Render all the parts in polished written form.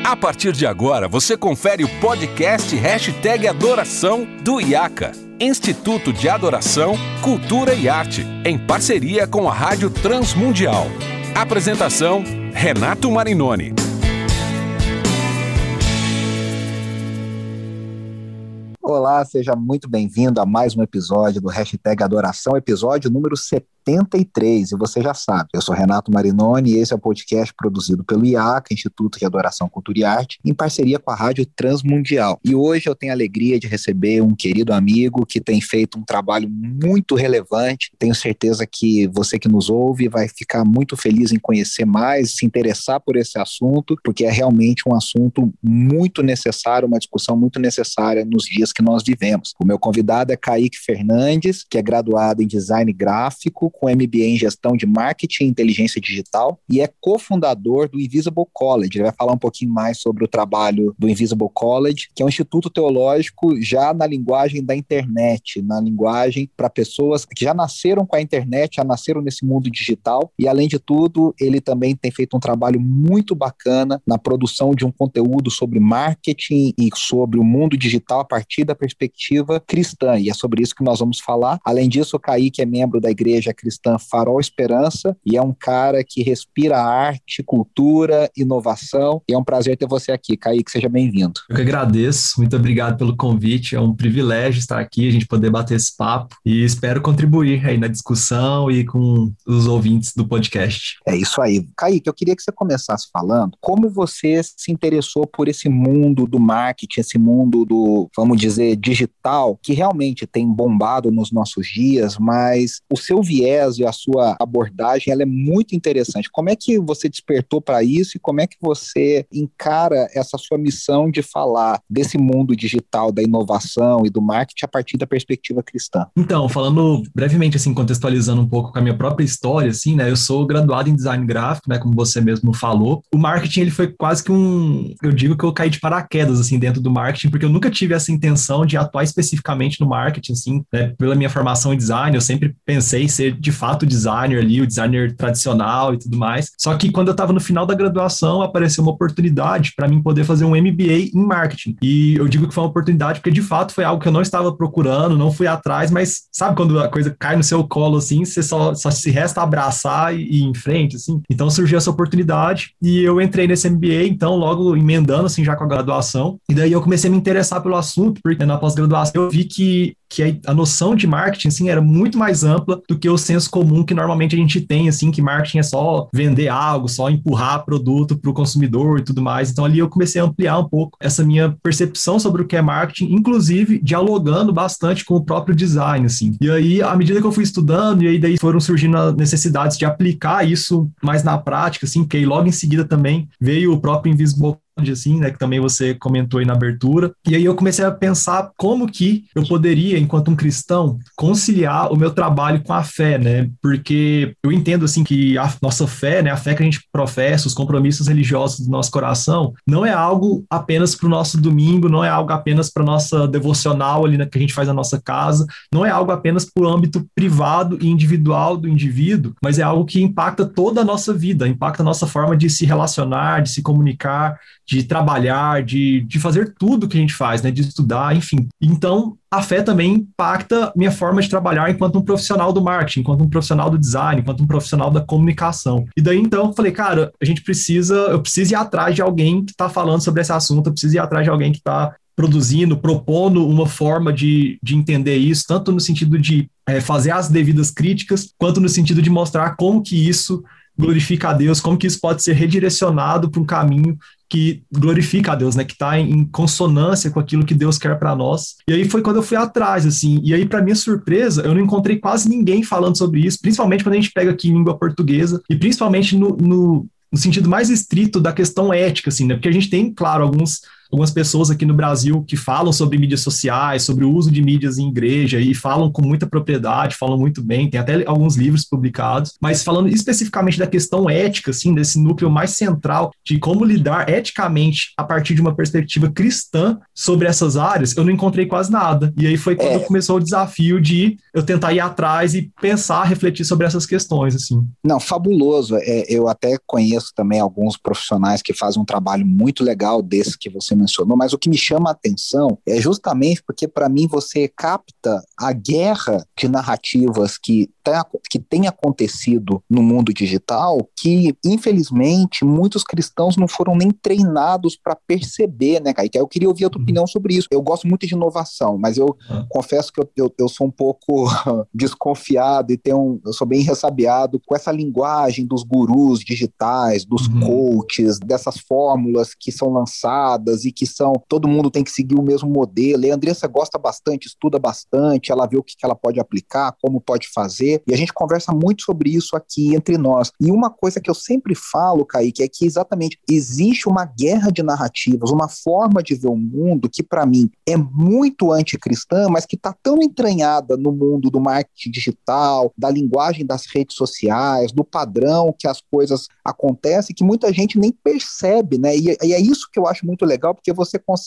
A partir de agora, você confere o podcast #Adoração do IACA, Instituto de Adoração, Cultura e Arte, em parceria com a Rádio Transmundial. Apresentação, Renato Marinoni. Olá, seja muito bem-vindo a mais um episódio do #Adoração, episódio número 73, e você já sabe, eu sou Renato Marinoni e esse é o podcast produzido pelo IACA, Instituto de Adoração, Cultura e Arte, em parceria com a Rádio Transmundial. E hoje eu tenho a alegria de receber um querido amigo que tem feito um trabalho muito relevante. Tenho certeza que você que nos ouve vai ficar muito feliz em conhecer mais, se interessar por esse assunto, porque é realmente um assunto muito necessário, uma discussão muito necessária nos dias que nós vivemos. O meu convidado é Kaique Fernandes, que é graduado em Design Gráfico, com MBA em Gestão de Marketing e Inteligência Digital, e é cofundador do Invisible College. Ele vai falar um pouquinho mais sobre o trabalho do Invisible College, que é um instituto teológico já na linguagem da internet, na linguagem para pessoas que já nasceram com a internet, já nasceram nesse mundo digital, e além de tudo, ele também tem feito um trabalho muito bacana na produção de um conteúdo sobre marketing e sobre o mundo digital a partir da perspectiva cristã, e é sobre isso que nós vamos falar. Além disso, o Kaique é membro da Igreja Cristã Farol Esperança e é um cara que respira arte, cultura, inovação, e é um prazer ter você aqui. Kaique, seja bem-vindo. Eu que agradeço, muito obrigado pelo convite, é um privilégio estar aqui, a gente poder bater esse papo, e espero contribuir aí na discussão e com os ouvintes do podcast. É isso aí. Kaique, eu queria que você começasse falando como você se interessou por esse mundo do marketing, esse mundo do, vamos dizer, digital, que realmente tem bombado nos nossos dias, mas o seu viés e a sua abordagem, ela é muito interessante. Como é que você despertou para isso e como é que você encara essa sua missão de falar desse mundo digital, da inovação e do marketing a partir da perspectiva cristã? Então, falando brevemente, assim, contextualizando um pouco com a minha própria história, assim, né, eu sou graduado em Design Gráfico, né, como você mesmo falou. O marketing, ele foi quase que eu digo que eu caí de paraquedas, assim, dentro do marketing, porque eu nunca tive essa intenção de atuar especificamente no marketing, assim, né, pela minha formação em design, eu sempre pensei em ser, de fato, o designer ali, o designer tradicional e tudo mais. Só que quando eu estava no final da graduação, apareceu uma oportunidade para mim poder fazer um MBA em marketing. E eu digo que foi uma oportunidade porque, de fato, foi algo que eu não estava procurando, não fui atrás, mas sabe quando a coisa cai no seu colo, assim, você só se resta abraçar e ir em frente, assim? Então surgiu essa oportunidade e eu entrei nesse MBA, então, logo emendando, assim, já com a graduação. E daí eu comecei a me interessar pelo assunto, porque na pós-graduação eu vi que a noção de marketing, assim, era muito mais ampla do que o senso comum que normalmente a gente tem, assim, que marketing é só vender algo, só empurrar produto para o consumidor e tudo mais. Então, ali eu comecei a ampliar um pouco essa minha percepção sobre o que é marketing, inclusive dialogando bastante com o próprio design, assim. E aí, à medida que eu fui estudando, e aí daí foram surgindo as necessidades de aplicar isso mais na prática, assim, porque aí logo em seguida também veio o próprio Invisible, assim, né, que também você comentou aí na abertura. E aí eu comecei a pensar como que eu poderia, enquanto um cristão, conciliar o meu trabalho com a fé, né? Porque eu entendo, assim, que a nossa fé, né, a fé que a gente professa, os compromissos religiosos do nosso coração, não é algo apenas para o nosso domingo, não é algo apenas para nossa devocional ali, né, que a gente faz na nossa casa, não é algo apenas para o âmbito privado e individual do indivíduo, mas é algo que impacta toda a nossa vida, impacta a nossa forma de se relacionar, de se comunicar, de trabalhar, de fazer tudo que a gente faz, né, de estudar, enfim. Então, a fé também impacta minha forma de trabalhar enquanto um profissional do marketing, enquanto um profissional do design, enquanto um profissional da comunicação. E daí, então, eu falei, cara, eu preciso ir atrás de alguém que está falando sobre esse assunto, eu preciso ir atrás de alguém que está produzindo, propondo uma forma de entender isso, tanto no sentido de fazer as devidas críticas, quanto no sentido de mostrar como que isso glorifica a Deus, como que isso pode ser redirecionado para um caminho que glorifica a Deus, né, que está em consonância com aquilo que Deus quer para nós. E aí foi quando eu fui atrás, assim, e aí, para minha surpresa, eu não encontrei quase ninguém falando sobre isso, principalmente quando a gente pega aqui em língua portuguesa, e principalmente no sentido mais estrito da questão ética, assim, né, porque a gente tem, claro, alguns algumas pessoas aqui no Brasil que falam sobre mídias sociais, sobre o uso de mídias em igreja e falam com muita propriedade, falam muito bem, tem até alguns livros publicados, mas falando especificamente da questão ética, assim, desse núcleo mais central de como lidar eticamente a partir de uma perspectiva cristã sobre essas áreas, eu não encontrei quase nada. E aí foi quando começou o desafio de eu tentar ir atrás e pensar, refletir sobre essas questões, assim. Não, fabuloso. Eu até conheço também alguns profissionais que fazem um trabalho muito legal desse que você mencionou, mas o que me chama a atenção é justamente porque, para mim, você capta a guerra de narrativas que tem acontecido no mundo digital, que, infelizmente, muitos cristãos não foram nem treinados para perceber, né, Kaique? Eu queria ouvir a tua opinião sobre isso. Eu gosto muito de inovação, mas eu confesso que eu sou um pouco desconfiado e eu sou bem ressabiado com essa linguagem dos gurus digitais, dos coaches, dessas fórmulas que são lançadas e que todo mundo tem que seguir o mesmo modelo. E a Andressa gosta bastante, estuda bastante, ela vê o que ela pode aplicar, como pode fazer, e a gente conversa muito sobre isso aqui entre nós. E uma coisa que eu sempre falo, Kaique, é que exatamente existe uma guerra de narrativas, uma forma de ver o mundo que, para mim, é muito anticristã, mas que está tão entranhada no mundo do marketing digital, da linguagem das redes sociais, do padrão que as coisas acontecem, que muita gente nem percebe, né? E é isso que eu acho muito legal, porque você com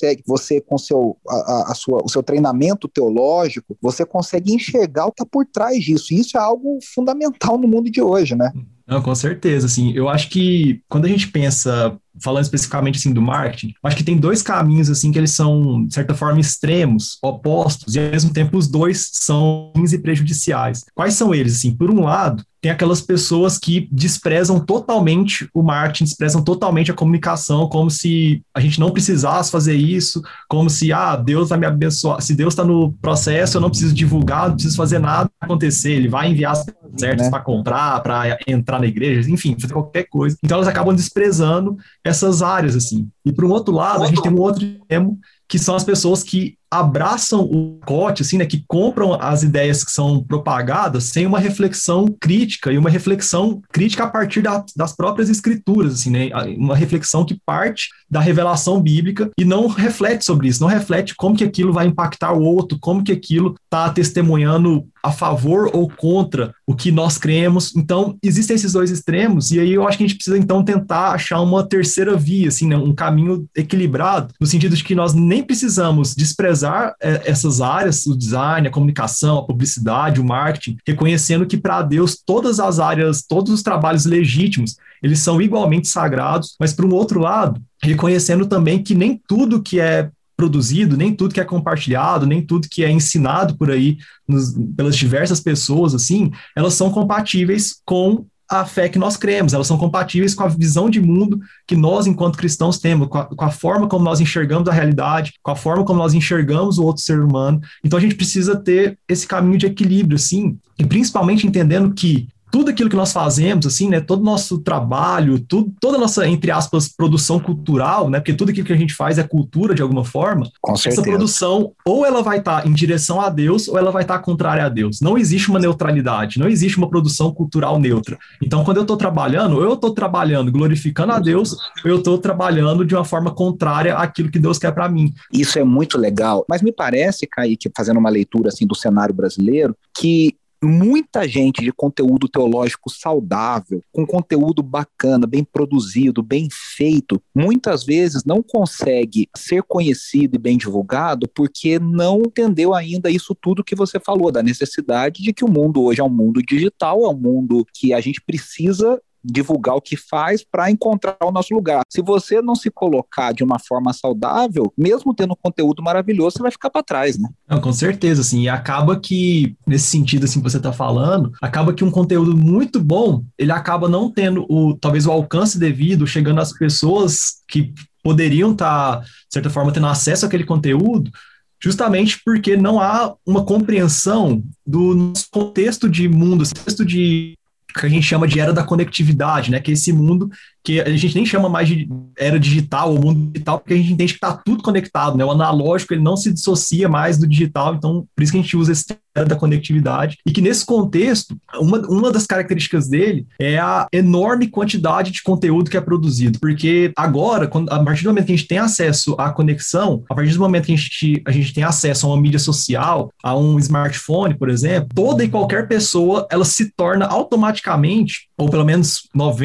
o seu treinamento teológico, você consegue enxergar o que está por trás disso, e isso é algo fundamental no mundo de hoje, né? Não, com certeza, assim, eu acho que quando a gente pensa, falando especificamente assim do marketing, acho que tem dois caminhos assim que eles são, de certa forma, extremos, opostos, e ao mesmo tempo os dois são ruins e prejudiciais. Quais são eles? Assim, por um lado, tem aquelas pessoas que desprezam totalmente o marketing, desprezam totalmente a comunicação, como se a gente não precisasse fazer isso, como se, Deus vai me abençoar, se Deus está no processo, eu não preciso divulgar, não preciso fazer nada acontecer, ele vai enviar as pessoas certas para comprar, para entrar na igreja, enfim, fazer qualquer coisa. Então elas acabam desprezando essas áreas, assim. E por um outro lado, a gente tem um outro extremo, que são as pessoas que abraçam o pacote, assim, né, que compram as ideias que são propagadas sem uma reflexão crítica, e uma reflexão crítica a partir das próprias escrituras, assim, né, uma reflexão que parte da revelação bíblica e não reflete sobre isso, não reflete como que aquilo vai impactar o outro, como que aquilo está testemunhando a favor ou contra o que nós cremos. Então, existem esses dois extremos, e aí eu acho que a gente precisa, então, tentar achar uma terceira via, assim, né, um caminho equilibrado, no sentido de que nós nem precisamos desprezar essas áreas, o design, a comunicação, a publicidade, o marketing, reconhecendo que para Deus todas as áreas, todos os trabalhos legítimos, eles são igualmente sagrados, mas por um outro lado, reconhecendo também que nem tudo que é produzido, nem tudo que é compartilhado, nem tudo que é ensinado por aí pelas diversas pessoas, assim, elas são compatíveis com a fé que nós cremos, elas são compatíveis com a visão de mundo que nós, enquanto cristãos, temos, com a forma como nós enxergamos a realidade, com a forma como nós enxergamos o outro ser humano. Então a gente precisa ter esse caminho de equilíbrio, assim, e principalmente entendendo que tudo aquilo que nós fazemos, assim, né, todo o nosso trabalho, toda a nossa, entre aspas, produção cultural, né, porque tudo aquilo que a gente faz é cultura de alguma forma, com certeza. Essa produção, ou ela vai estar em direção a Deus, ou ela vai estar contrária a Deus. Não existe uma neutralidade, não existe uma produção cultural neutra. Então, quando eu estou trabalhando, ou eu estou trabalhando glorificando a Deus, ou eu estou trabalhando de uma forma contrária àquilo que Deus quer para mim. Isso é muito legal, mas me parece, Kaique, fazendo uma leitura assim do cenário brasileiro, que muita gente de conteúdo teológico saudável, com conteúdo bacana, bem produzido, bem feito, muitas vezes não consegue ser conhecido e bem divulgado porque não entendeu ainda isso tudo que você falou, da necessidade de que o mundo hoje é um mundo digital, é um mundo que a gente precisa divulgar o que faz para encontrar o nosso lugar. Se você não se colocar de uma forma saudável, mesmo tendo conteúdo maravilhoso, você vai ficar para trás, né? Não, com certeza, assim, e acaba que, nesse sentido, assim, que você está falando, acaba que um conteúdo muito bom, ele acaba não tendo talvez o alcance devido, chegando às pessoas que poderiam estar, de certa forma, tendo acesso àquele conteúdo, justamente porque não há uma compreensão do nosso contexto de mundo, contexto de que a gente chama de era da conectividade, né? Que é esse mundo que a gente nem chama mais de era digital ou mundo digital, porque a gente entende que está tudo conectado, né? O analógico, ele não se dissocia mais do digital, então por isso que a gente usa esse termo da conectividade, e que nesse contexto, uma das características dele é a enorme quantidade de conteúdo que é produzido, porque agora, a partir do momento que a gente tem acesso à conexão, a partir do momento que a gente tem acesso a uma mídia social, a um smartphone, por exemplo, toda e qualquer pessoa, ela se torna automaticamente, ou pelo menos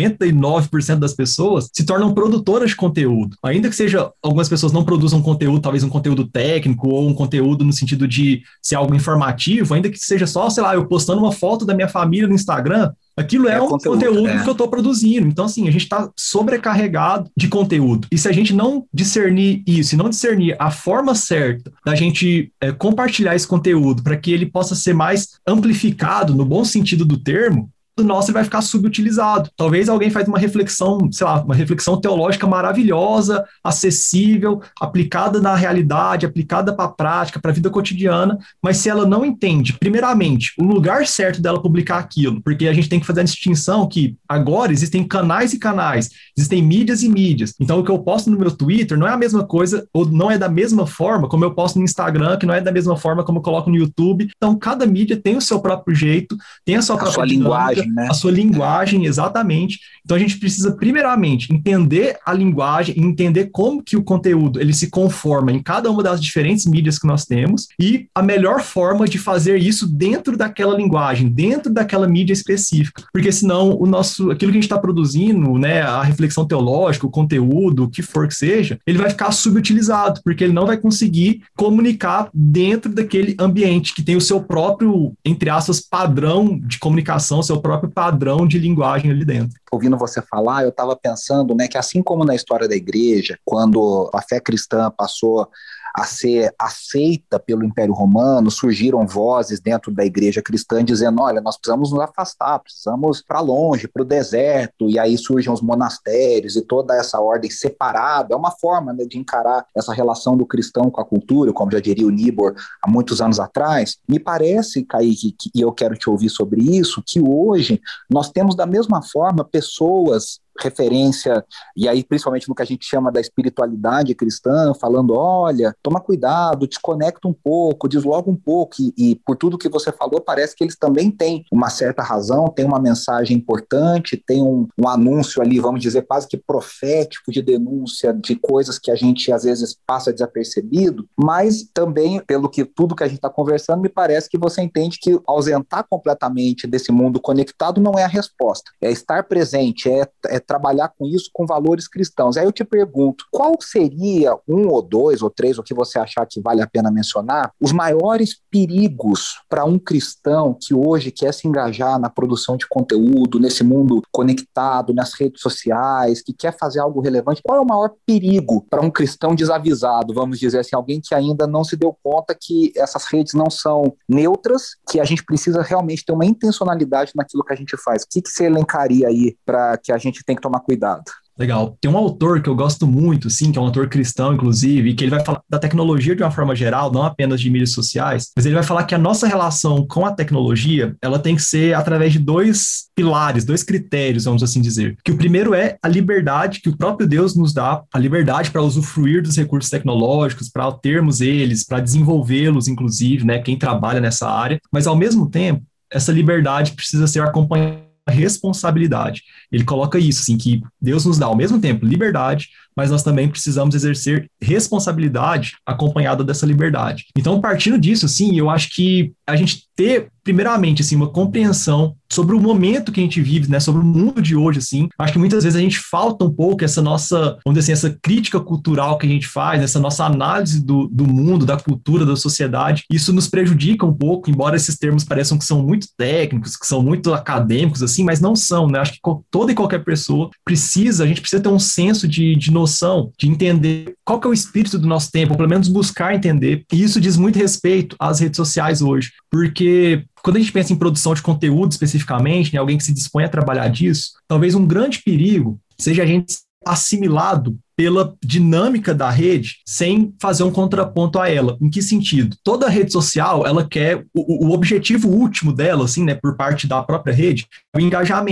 99% das pessoas, se tornam produtoras de conteúdo. Ainda que seja, algumas pessoas não produzam conteúdo, talvez um conteúdo técnico, ou um conteúdo no sentido de ser algo informativo, ainda que seja só, sei lá, eu postando uma foto da minha família no Instagram, aquilo é um conteúdo que eu estou produzindo. Então, assim, a gente está sobrecarregado de conteúdo. E se a gente não discernir isso, e não discernir a forma certa da gente compartilhar esse conteúdo para que ele possa ser mais amplificado, no bom sentido do termo, o nosso vai ficar subutilizado. Talvez alguém faz uma reflexão, sei lá, uma reflexão teológica maravilhosa, acessível, aplicada na realidade, aplicada para a prática, para a vida cotidiana, mas se ela não entende, primeiramente, o lugar certo dela publicar aquilo, porque a gente tem que fazer a distinção que agora existem canais e canais, existem mídias e mídias. Então, o que eu posto no meu Twitter não é a mesma coisa, ou não é da mesma forma como eu posto no Instagram, que não é da mesma forma como eu coloco no YouTube. Então, cada mídia tem o seu próprio jeito, tem a sua própria linguagem, né? A sua linguagem, exatamente. Então a gente precisa primeiramente entender a linguagem, entender como que o conteúdo ele se conforma em cada uma das diferentes mídias que nós temos e a melhor forma de fazer isso dentro daquela linguagem, dentro daquela mídia específica, porque senão aquilo que a gente está produzindo, né, a reflexão teológica, o conteúdo, o que for que seja, ele vai ficar subutilizado, porque ele não vai conseguir comunicar dentro daquele ambiente que tem o seu próprio, entre aspas, padrão de comunicação, seu próprio padrão de linguagem ali dentro. Ouvindo você falar, eu estava pensando, né, que assim como na história da igreja, quando a fé cristã passou a ser aceita pelo Império Romano, surgiram vozes dentro da igreja cristã dizendo, olha, nós precisamos nos afastar, precisamos para longe, para o deserto, e aí surgem os monastérios e toda essa ordem separada. É uma forma, né, de encarar essa relação do cristão com a cultura, como já diria o Niebuhr há muitos anos atrás. Me parece, Kaique, e eu quero te ouvir sobre isso, que hoje nós temos da mesma forma pessoas referência, e aí principalmente no que a gente chama da espiritualidade cristã, falando, olha, toma cuidado, desconecta um pouco, desloga um pouco, e por tudo que você falou, parece que eles também têm uma certa razão, tem uma mensagem importante, tem um anúncio ali, vamos dizer, quase que profético de denúncia de coisas que a gente às vezes passa desapercebido, mas também, pelo que tudo que a gente está conversando, me parece que você entende que ausentar completamente desse mundo conectado não é a resposta, é estar presente, é trabalhar com isso com valores cristãos. Aí eu te pergunto, qual seria um ou dois ou três, o que você achar que vale a pena mencionar, os maiores perigos para um cristão que hoje quer se engajar na produção de conteúdo, nesse mundo conectado, nas redes sociais, que quer fazer algo relevante? Qual é o maior perigo para um cristão desavisado, vamos dizer assim, alguém que ainda não se deu conta que essas redes não são neutras, que a gente precisa realmente ter uma intencionalidade naquilo que a gente faz? O que você elencaria aí para que a gente tenha que tomar cuidado? Legal. Tem um autor que eu gosto muito, sim, que é um autor cristão, inclusive, que ele vai falar da tecnologia de uma forma geral, não apenas de mídias sociais, mas ele vai falar que a nossa relação com a tecnologia, ela tem que ser através de dois pilares, dois critérios, vamos assim dizer. Que o primeiro é a liberdade que o próprio Deus nos dá, a liberdade para usufruir dos recursos tecnológicos, para termos eles, para desenvolvê-los, inclusive, né, quem trabalha nessa área, mas ao mesmo tempo, essa liberdade precisa ser acompanhada responsabilidade. Ele coloca isso, assim, que Deus nos dá ao mesmo tempo liberdade, mas nós também precisamos exercer responsabilidade acompanhada dessa liberdade. Então, partindo disso, assim, eu acho que a gente ter, primeiramente, assim, uma compreensão sobre o momento que a gente vive, né, sobre o mundo de hoje, assim, acho que muitas vezes a gente falta um pouco essa nossa, vamos dizer assim, essa crítica cultural que a gente faz, essa nossa análise do mundo, da cultura, da sociedade, isso nos prejudica um pouco, embora esses termos pareçam que são muito técnicos, que são muito acadêmicos, assim, mas não são, né, acho que toda e qualquer pessoa a gente precisa ter um senso de noção, de entender qual que é o espírito do nosso tempo, ou pelo menos buscar entender, e isso diz muito respeito às redes sociais hoje, porque quando a gente pensa em produção de conteúdo especificamente, né, alguém que se dispõe a trabalhar disso, talvez um grande perigo seja a gente assimilado pela dinâmica da rede sem fazer um contraponto a ela. Em que sentido? Toda rede social, ela quer, o objetivo último dela, assim, né, por parte da própria rede, é o engajamento.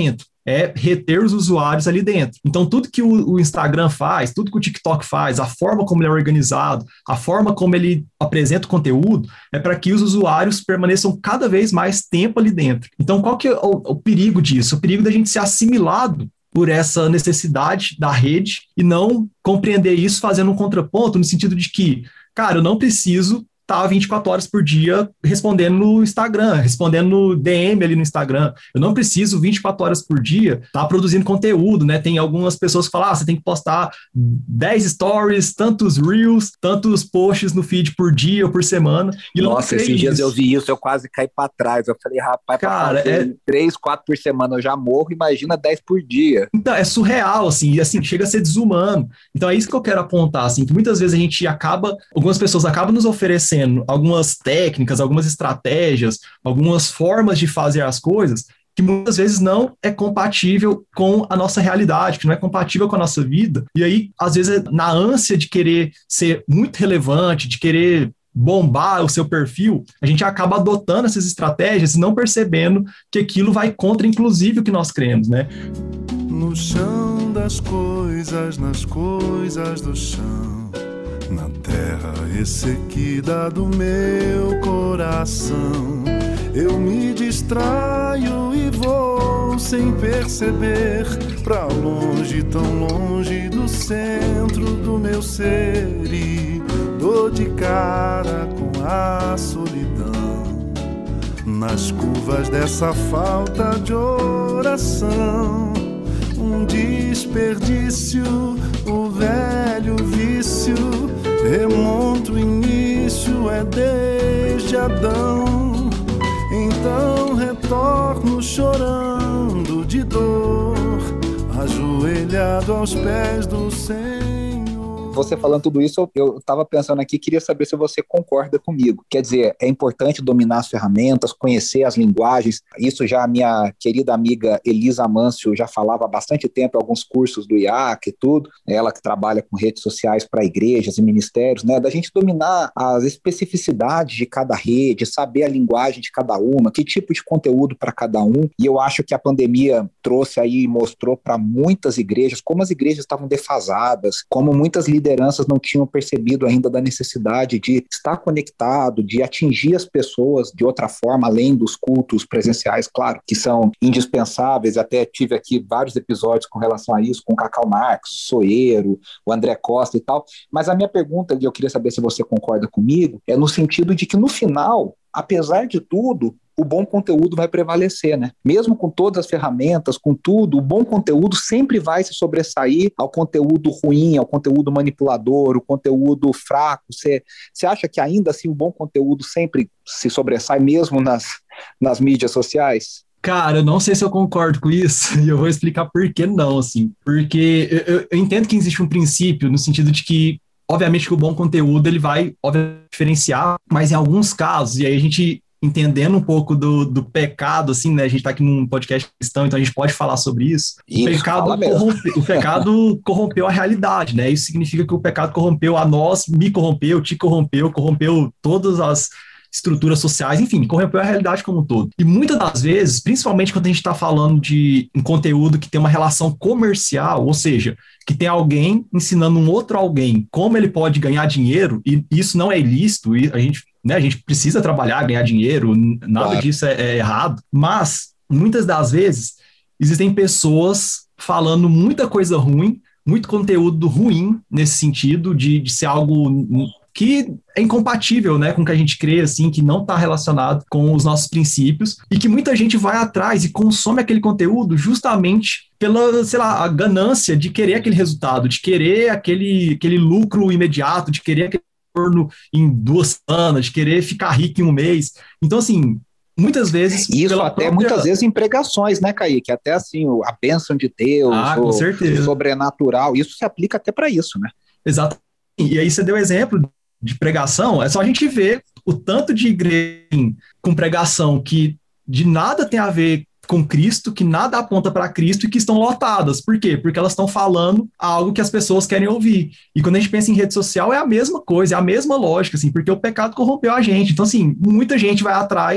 é reter os usuários ali dentro. Então, tudo que o Instagram faz, tudo que o TikTok faz, a forma como ele é organizado, a forma como ele apresenta o conteúdo, é para que os usuários permaneçam cada vez mais tempo ali dentro. Então, qual que é o perigo disso? O perigo da gente ser assimilado por essa necessidade da rede e não compreender isso fazendo um contraponto no sentido de que, cara, eu não preciso estar 24 horas por dia respondendo no Instagram, respondendo no DM ali no Instagram. Eu não preciso 24 horas por dia estar produzindo conteúdo, né? Tem algumas pessoas que falam, você tem que postar 10 stories, tantos reels, tantos posts no feed por dia ou por semana. E nossa, esses dias eu vi isso, eu quase caí para trás. Eu falei, rapaz, cara, pra fazer 3, 4 por semana eu já morro, imagina 10 por dia. Então, é surreal, assim, e assim, chega a ser desumano. Então é isso que eu quero apontar, assim, que muitas vezes a gente algumas pessoas acabam nos oferecendo algumas técnicas, algumas estratégias, algumas formas de fazer as coisas que muitas vezes não é compatível com a nossa realidade, que não é compatível com a nossa vida. E aí, às vezes, na ânsia de querer ser muito relevante, de querer bombar o seu perfil, a gente acaba adotando essas estratégias e não percebendo que aquilo vai contra, inclusive, o que nós cremos, né? No chão das coisas, nas coisas do chão, na terra ressequida do meu coração, eu me distraio e vou sem perceber pra longe, tão longe do centro do meu ser, e dou de cara com a solidão nas curvas dessa falta de oração. Um desperdício, o velho vício, remonta o início, é desde Adão. Então retorno chorando de dor, ajoelhado aos pés do Senhor. Você falando tudo isso, eu estava pensando aqui, queria saber se você concorda comigo. Quer dizer, é importante dominar as ferramentas, conhecer as linguagens. Isso já a minha querida amiga Elisa Amâncio já falava há bastante tempo, alguns cursos do IACA e tudo. Ela que trabalha com redes sociais para igrejas e ministérios, né? Da gente dominar as especificidades de cada rede, saber a linguagem de cada uma, que tipo de conteúdo para cada um. E eu acho que a pandemia trouxe aí e mostrou para muitas igrejas como as igrejas estavam defasadas, como muitas lideranças não tinham percebido ainda da necessidade de estar conectado, de atingir as pessoas de outra forma, além dos cultos presenciais, claro, que são indispensáveis. Até tive aqui vários episódios com relação a isso, com o Cacau Marques, Soeiro, o André Costa e tal. Mas a minha pergunta, e eu queria saber se você concorda comigo, é no sentido de que no final, apesar de tudo, o bom conteúdo vai prevalecer, né? Mesmo com todas as ferramentas, com tudo, o bom conteúdo sempre vai se sobressair ao conteúdo ruim, ao conteúdo manipulador, o conteúdo fraco. Você acha que ainda assim o bom conteúdo sempre se sobressai mesmo nas mídias sociais? Cara, eu não sei se eu concordo com isso, e eu vou explicar por que não, assim. Porque eu entendo que existe um princípio no sentido de que, obviamente, que o bom conteúdo ele vai, obviamente, diferenciar, mas em alguns casos, e aí a gente entendendo um pouco do pecado, assim, né? A gente está aqui num podcast cristão, então a gente pode falar sobre isso. O pecado corrompeu a realidade, né? Isso significa que o pecado corrompeu a nós, me corrompeu, te corrompeu todas as estruturas sociais, enfim, corrompeu a realidade como um todo. E muitas das vezes, principalmente quando a gente está falando de um conteúdo que tem uma relação comercial, ou seja, que tem alguém ensinando um outro alguém como ele pode ganhar dinheiro, e isso não é ilícito, e a gente precisa trabalhar, ganhar dinheiro, nada claro. Disso é errado, mas muitas das vezes existem pessoas falando muita coisa ruim, muito conteúdo ruim nesse sentido de ser algo que é incompatível, né, com o que a gente crê, assim, que não está relacionado com os nossos princípios, e que muita gente vai atrás e consome aquele conteúdo justamente pela, sei lá, a ganância de querer aquele resultado, de querer aquele lucro imediato, de querer aquele retorno em 2 semanas, de querer ficar rico em 1 mês. Então, assim, muitas vezes... Isso até muitas vezes em pregações, né, Kaique? Até assim, a bênção de Deus, com certeza. O sobrenatural, isso se aplica até para isso, né? Exato. E aí você deu exemplo de pregação, é só a gente ver o tanto de igreja com pregação que de nada tem a ver com Cristo, que nada aponta para Cristo e que estão lotadas. Por quê? Porque elas estão falando algo que as pessoas querem ouvir. E quando a gente pensa em rede social, é a mesma coisa, é a mesma lógica, assim, porque o pecado corrompeu a gente. Então, assim, muita gente vai atrás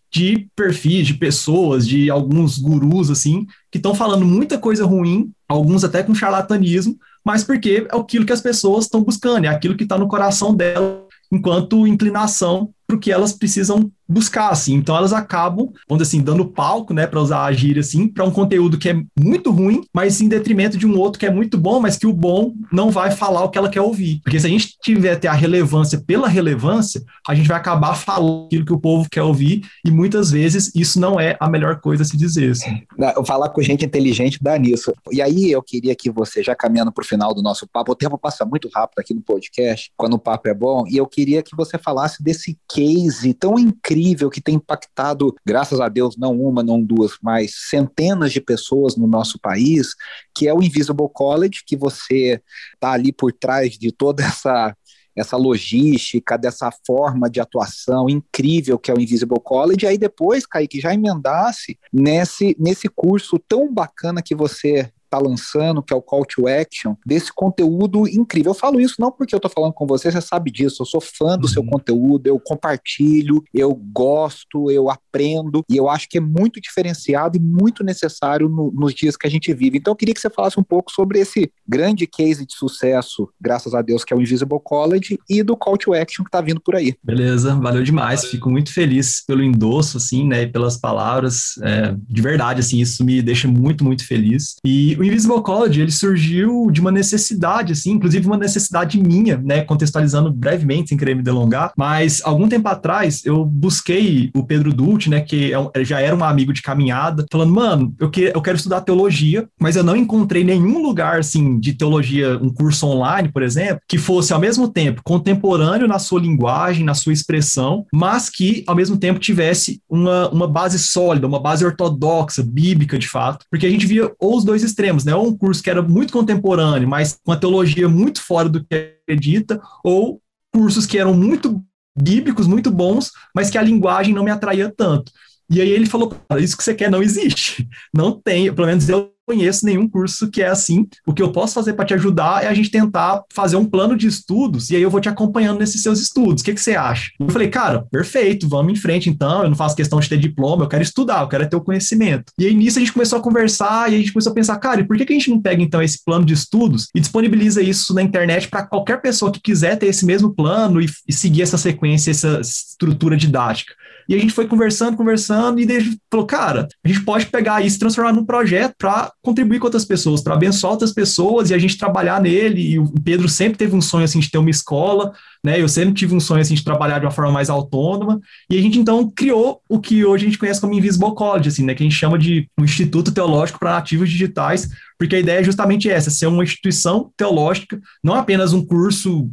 de perfis, de pessoas, de alguns gurus, assim, que estão falando muita coisa ruim, alguns até com charlatanismo, mas porque é aquilo que as pessoas estão buscando, é aquilo que está no coração delas enquanto inclinação para o que elas precisam buscar, assim. Então elas acabam, vamos dizer assim, dando palco, né, para usar a gíria, assim, para um conteúdo que é muito ruim, mas em detrimento de um outro que é muito bom, mas que o bom não vai falar o que ela quer ouvir. Porque se a gente tiver até a relevância pela relevância, a gente vai acabar falando aquilo que o povo quer ouvir, e muitas vezes isso não é a melhor coisa a se dizer, assim. Falar com gente inteligente dá nisso. E aí eu queria que você, já caminhando para o final do nosso papo, o tempo passa muito rápido aqui no podcast, quando o papo é bom, e eu queria que você falasse desse case tão incrível que tem impactado, graças a Deus, não uma, não duas, mas centenas de pessoas no nosso país, que é o Invisible College, que você está ali por trás de toda essa logística, dessa forma de atuação incrível que é o Invisible College. Aí depois, Kaique, já emendasse nesse curso tão bacana que você está lançando, que é o Call to Action, desse conteúdo incrível. Eu falo isso não porque eu estou falando com você, você sabe disso, eu sou fã do seu conteúdo, eu compartilho, eu gosto, eu aprendo, e eu acho que é muito diferenciado e muito necessário nos dias que a gente vive. Então eu queria que você falasse um pouco sobre esse grande case de sucesso, graças a Deus, que é o Invisible College, e do Call to Action que está vindo por aí. Beleza, valeu demais, fico muito feliz pelo endosso, assim, né, e pelas palavras, de verdade, assim, isso me deixa muito, muito feliz. E o Invisible College, ele surgiu de uma necessidade, assim, inclusive uma necessidade minha, né, contextualizando brevemente, sem querer me delongar, mas algum tempo atrás eu busquei o Pedro Dulce, né, que já era um amigo de caminhada, falando, mano, eu quero estudar teologia, mas eu não encontrei nenhum lugar, assim, de teologia, um curso online, por exemplo, que fosse ao mesmo tempo contemporâneo na sua linguagem, na sua expressão, mas que ao mesmo tempo tivesse uma base sólida, uma base ortodoxa, bíblica, de fato, porque a gente via os dois extremos, né? Ou um curso que era muito contemporâneo, mas com a teologia muito fora do que acredita, ou cursos que eram muito bíblicos, muito bons, mas que a linguagem não me atraía tanto. E aí ele falou, cara, isso que você quer não existe. Não tem, pelo menos eu não conheço nenhum curso que é assim. O que eu posso fazer para te ajudar é a gente tentar fazer um plano de estudos, e aí eu vou te acompanhando nesses seus estudos. O que você acha? Eu falei, cara, perfeito, vamos em frente então, eu não faço questão de ter diploma, eu quero estudar, eu quero ter o conhecimento. E aí nisso a gente começou a conversar, e a gente começou a pensar, cara, e por que a gente não pega então esse plano de estudos e disponibiliza isso na internet para qualquer pessoa que quiser ter esse mesmo plano e seguir essa sequência, essa estrutura didática? E a gente foi conversando, e daí a gente falou, cara, a gente pode pegar isso e transformar num projeto para contribuir com outras pessoas, para abençoar outras pessoas e a gente trabalhar nele. E o Pedro sempre teve um sonho, assim, de ter uma escola, né? Eu sempre tive um sonho, assim, de trabalhar de uma forma mais autônoma. E a gente, então, criou o que hoje a gente conhece como Invisible College, assim, né? Que a gente chama de um Instituto Teológico para Nativos Digitais, porque a ideia é justamente essa, ser uma instituição teológica, não apenas um curso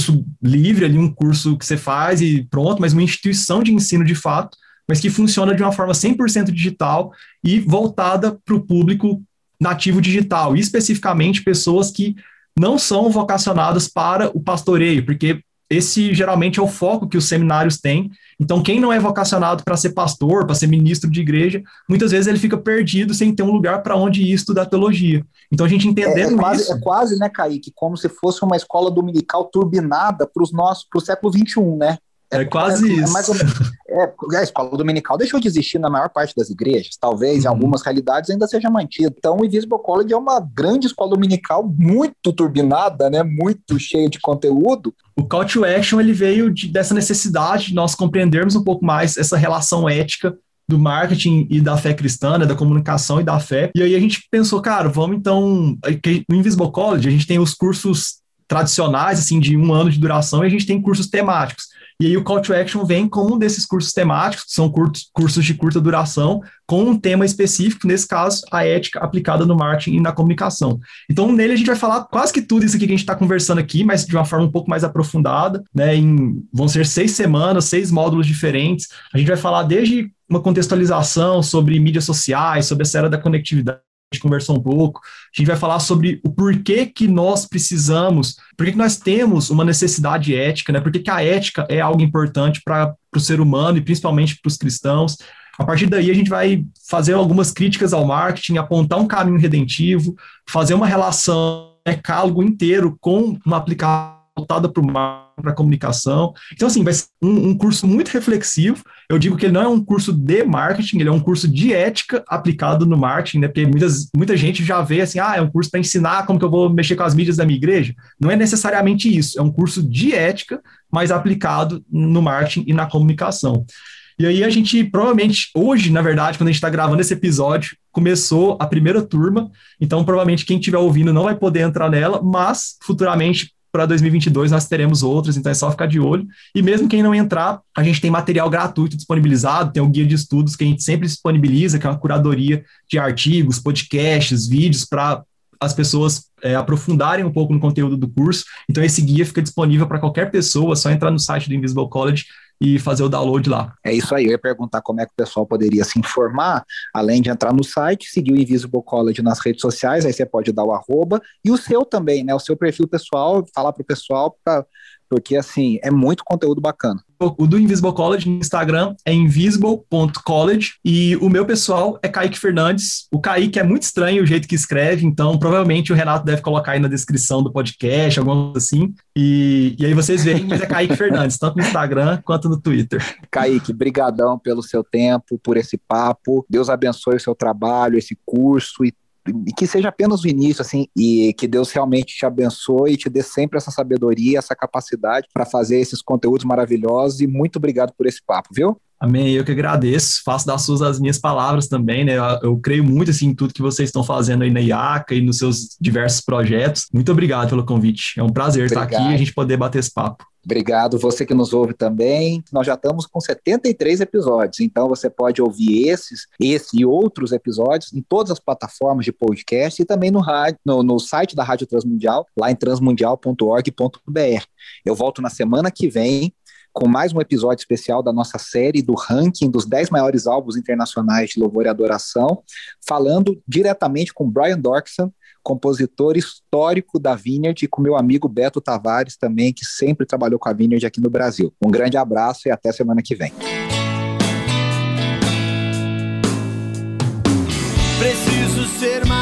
livre, ali, um curso que você faz e pronto, mas uma instituição de ensino de fato, mas que funciona de uma forma 100% digital e voltada para o público nativo digital, e especificamente pessoas que não são vocacionadas para o pastoreio, porque esse geralmente é o foco que os seminários têm. Então, quem não é vocacionado para ser pastor, para ser ministro de igreja, muitas vezes ele fica perdido sem ter um lugar para onde ir estudar teologia. Então, a gente entendendo isso... É quase, né, Kaique, como se fosse uma escola dominical turbinada para o século XXI, né? É quase isso. Mais ou menos, a escola dominical deixou de existir na maior parte das igrejas, talvez em algumas realidades ainda seja mantida. Então o Invisible College é uma grande escola dominical muito turbinada, né? Muito cheia de conteúdo. O Call to Action ele veio dessa necessidade de nós compreendermos um pouco mais essa relação ética do marketing e da fé cristã, né, da comunicação e da fé. E aí a gente pensou, cara, vamos então... No Invisible College a gente tem os cursos tradicionais, assim, de 1 ano de duração, e a gente tem cursos temáticos. E aí o Call to Action vem como um desses cursos temáticos, que são cursos de curta duração, com um tema específico, nesse caso, a ética aplicada no marketing e na comunicação. Então, nele a gente vai falar quase que tudo isso aqui que a gente está conversando aqui, mas de uma forma um pouco mais aprofundada, né? Vão ser 6 semanas, 6 módulos diferentes. A gente vai falar desde uma contextualização sobre mídias sociais, sobre essa era da conectividade, a gente conversou um pouco, a gente vai falar sobre o porquê que nós precisamos, porquê que nós temos uma necessidade ética, né? Porquê que a ética é algo importante para o ser humano e principalmente para os cristãos. A partir daí a gente vai fazer algumas críticas ao marketing, apontar um caminho redentivo, fazer uma relação, decálogo inteiro com uma aplicação voltada para o marketing, para a comunicação. Então, assim, vai ser um curso muito reflexivo. Eu digo que ele não é um curso de marketing, ele é um curso de ética aplicado no marketing, né? Porque muita gente já vê assim, é um curso para ensinar como que eu vou mexer com as mídias da minha igreja. Não é necessariamente isso, é um curso de ética, mas aplicado no marketing e na comunicação. E aí a gente, provavelmente, hoje, na verdade, quando a gente está gravando esse episódio, começou a primeira turma, então provavelmente quem estiver ouvindo não vai poder entrar nela, mas futuramente, para 2022, nós teremos outras, então é só ficar de olho. E mesmo quem não entrar, a gente tem material gratuito disponibilizado, tem um guia de estudos que a gente sempre disponibiliza, que é uma curadoria de artigos, podcasts, vídeos, para as pessoas aprofundarem um pouco no conteúdo do curso. Então esse guia fica disponível para qualquer pessoa, é só entrar no site do Invisible College e fazer o download lá. É isso aí, eu ia perguntar como é que o pessoal poderia se informar, além de entrar no site, seguir o Invisible College nas redes sociais, aí você pode dar o @ e o seu também, né, o seu perfil pessoal, falar para o pessoal, porque assim, é muito conteúdo bacana. O do Invisible College no Instagram é invisible.college e o meu pessoal é Kaique Fernandes. O Kaique é muito estranho o jeito que escreve, então provavelmente o Renato deve colocar aí na descrição do podcast, alguma coisa assim, e aí vocês veem, mas é Kaique Fernandes, tanto no Instagram quanto no Twitter. Kaique, brigadão pelo seu tempo, por esse papo, Deus abençoe o seu trabalho, esse curso e que seja apenas o início, assim, e que Deus realmente te abençoe e te dê sempre essa sabedoria, essa capacidade para fazer esses conteúdos maravilhosos, e muito obrigado por esse papo, viu? Amém, eu que agradeço, faço das suas as minhas palavras também, né, eu creio muito, assim, em tudo que vocês estão fazendo aí na IACA e nos seus diversos projetos. Muito obrigado pelo convite, é um prazer estar aqui e a gente poder bater esse papo. Obrigado, você que nos ouve também. Nós já estamos com 73 episódios, então você pode ouvir esse e outros episódios em todas as plataformas de podcast e também no site da Rádio Transmundial, lá em transmundial.org.br. Eu volto na semana que vem com mais um episódio especial da nossa série do ranking dos 10 maiores álbuns internacionais de louvor e adoração, falando diretamente com Brian Doerksen, compositor histórico da Vineyard, e com meu amigo Beto Tavares também, que sempre trabalhou com a Vineyard aqui no Brasil. Um grande abraço e até semana que vem. Preciso ser mais